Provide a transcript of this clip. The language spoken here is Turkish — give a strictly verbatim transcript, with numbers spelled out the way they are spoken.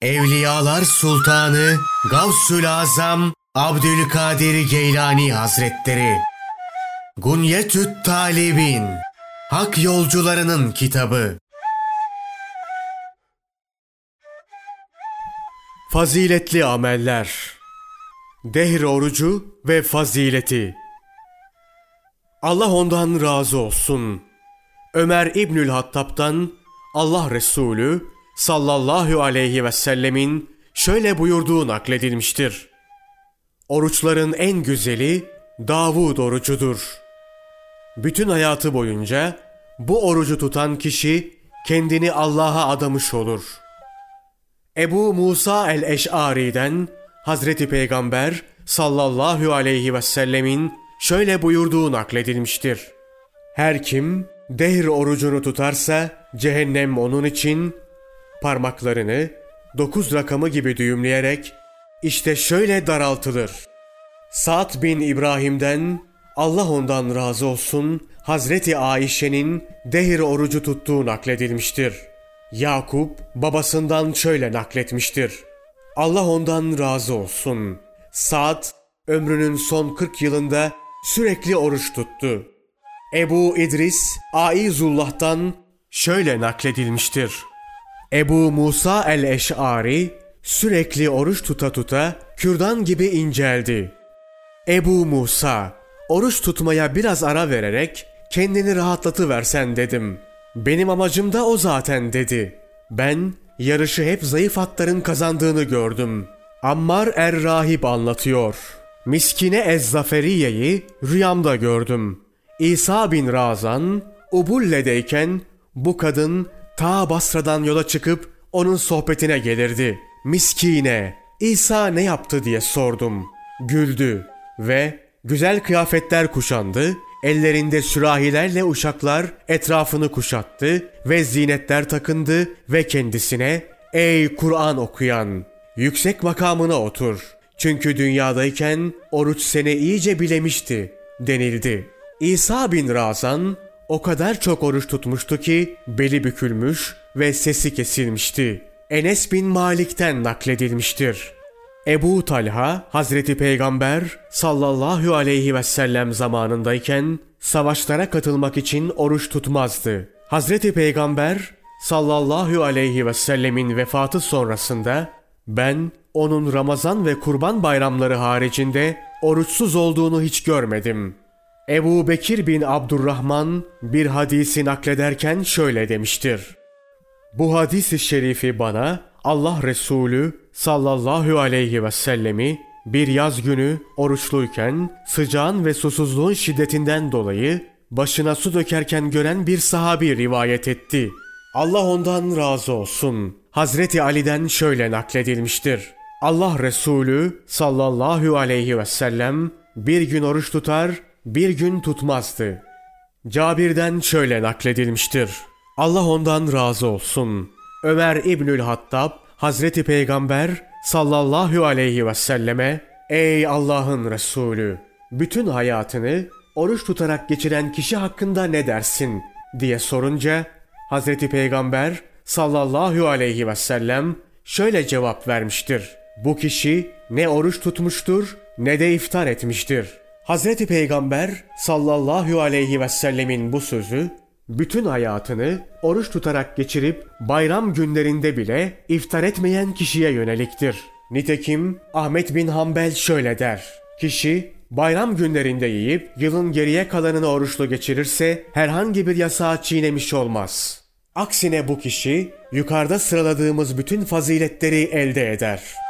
Evliyalar Sultanı Gavsül Azam Abdülkadir Geylani Hazretleri. Gunyetü't Talibin, Hak Yolcularının Kitabı. Faziletli ameller, dehr orucu ve fazileti. Allah ondan razı olsun. Ömer İbnül Hattab'dan Allah Resulü sallallahu aleyhi ve sellemin şöyle buyurduğu nakledilmiştir. Oruçların en güzeli Davud orucudur. Bütün hayatı boyunca bu orucu tutan kişi kendini Allah'a adamış olur. Ebu Musa el-Eş'ari'den Hazreti Peygamber sallallahu aleyhi ve sellemin şöyle buyurduğu nakledilmiştir. Her kim dehr orucunu tutarsa cehennem onun için parmaklarını dokuz rakamı gibi düğümleyerek işte şöyle daraltılır. Sa'd bin İbrahim'den Allah ondan razı olsun Hazreti Ayşe'nin dehr orucu tuttuğu nakledilmiştir. Yakup babasından şöyle nakletmiştir. Allah ondan razı olsun. Sa'd ömrünün son kırk yılında sürekli oruç tuttu. Ebu İdris Aizullah'tan şöyle nakledilmiştir. Ebu Musa el-Eş'ari sürekli oruç tuta tuta kürdan gibi inceldi. Ebu Musa, oruç tutmaya biraz ara vererek kendini rahatlatıversen dedim. Benim amacım da o zaten dedi. Ben yarışı hep zayıf atların kazandığını gördüm. Ammar er-Rahib anlatıyor. Miskine Ez-Zaferiye'yi rüyamda gördüm. İsa bin Razan Ubulle'deyken bu kadın ta Basra'dan yola çıkıp onun sohbetine gelirdi. Miskine, İsa ne yaptı diye sordum. Güldü ve güzel kıyafetler kuşandı, ellerinde sürahilerle uşaklar etrafını kuşattı ve zinetler takındı ve kendisine "Ey Kur'an okuyan, yüksek makamına otur. Çünkü dünyadayken oruç seni iyice bilemişti" denildi. İsa bin Razan o kadar çok oruç tutmuştu ki beli bükülmüş ve sesi kesilmişti. Enes bin Malik'ten nakledilmiştir. Ebu Talha, Hazreti Peygamber sallallahu aleyhi ve sellem zamanındayken savaşlara katılmak için oruç tutmazdı. Hazreti Peygamber sallallahu aleyhi ve sellemin vefatı sonrasında ben onun Ramazan ve Kurban bayramları haricinde oruçsuz olduğunu hiç görmedim. Ebu Bekir bin Abdurrahman bir hadisi naklederken şöyle demiştir. Bu hadis-i şerifi bana Allah Resulü sallallahu aleyhi ve sellemi bir yaz günü oruçluyken sıcağın ve susuzluğun şiddetinden dolayı başına su dökerken gören bir sahabi rivayet etti. Allah ondan razı olsun. Hazreti Ali'den şöyle nakledilmiştir. Allah Resulü sallallahu aleyhi ve sellem bir gün oruç tutar, bir gün tutmazdı. Cabir'den şöyle nakledilmiştir. Allah ondan razı olsun. Ömer İbnül Hattab Hazreti Peygamber sallallahu aleyhi ve selleme "Ey Allah'ın Resulü, bütün hayatını oruç tutarak geçiren kişi hakkında ne dersin?" diye sorunca Hazreti Peygamber sallallahu aleyhi ve sellem şöyle cevap vermiştir. Bu kişi ne oruç tutmuştur ne de iftar etmiştir. Hazreti Peygamber sallallahu aleyhi ve sellemin bu sözü bütün hayatını oruç tutarak geçirip bayram günlerinde bile iftar etmeyen kişiye yöneliktir. Nitekim Ahmet bin Hanbel şöyle der. Kişi bayram günlerinde yiyip yılın geriye kalanını oruçlu geçirirse herhangi bir yasağı çiğnemiş olmaz. Aksine bu kişi yukarıda sıraladığımız bütün faziletleri elde eder.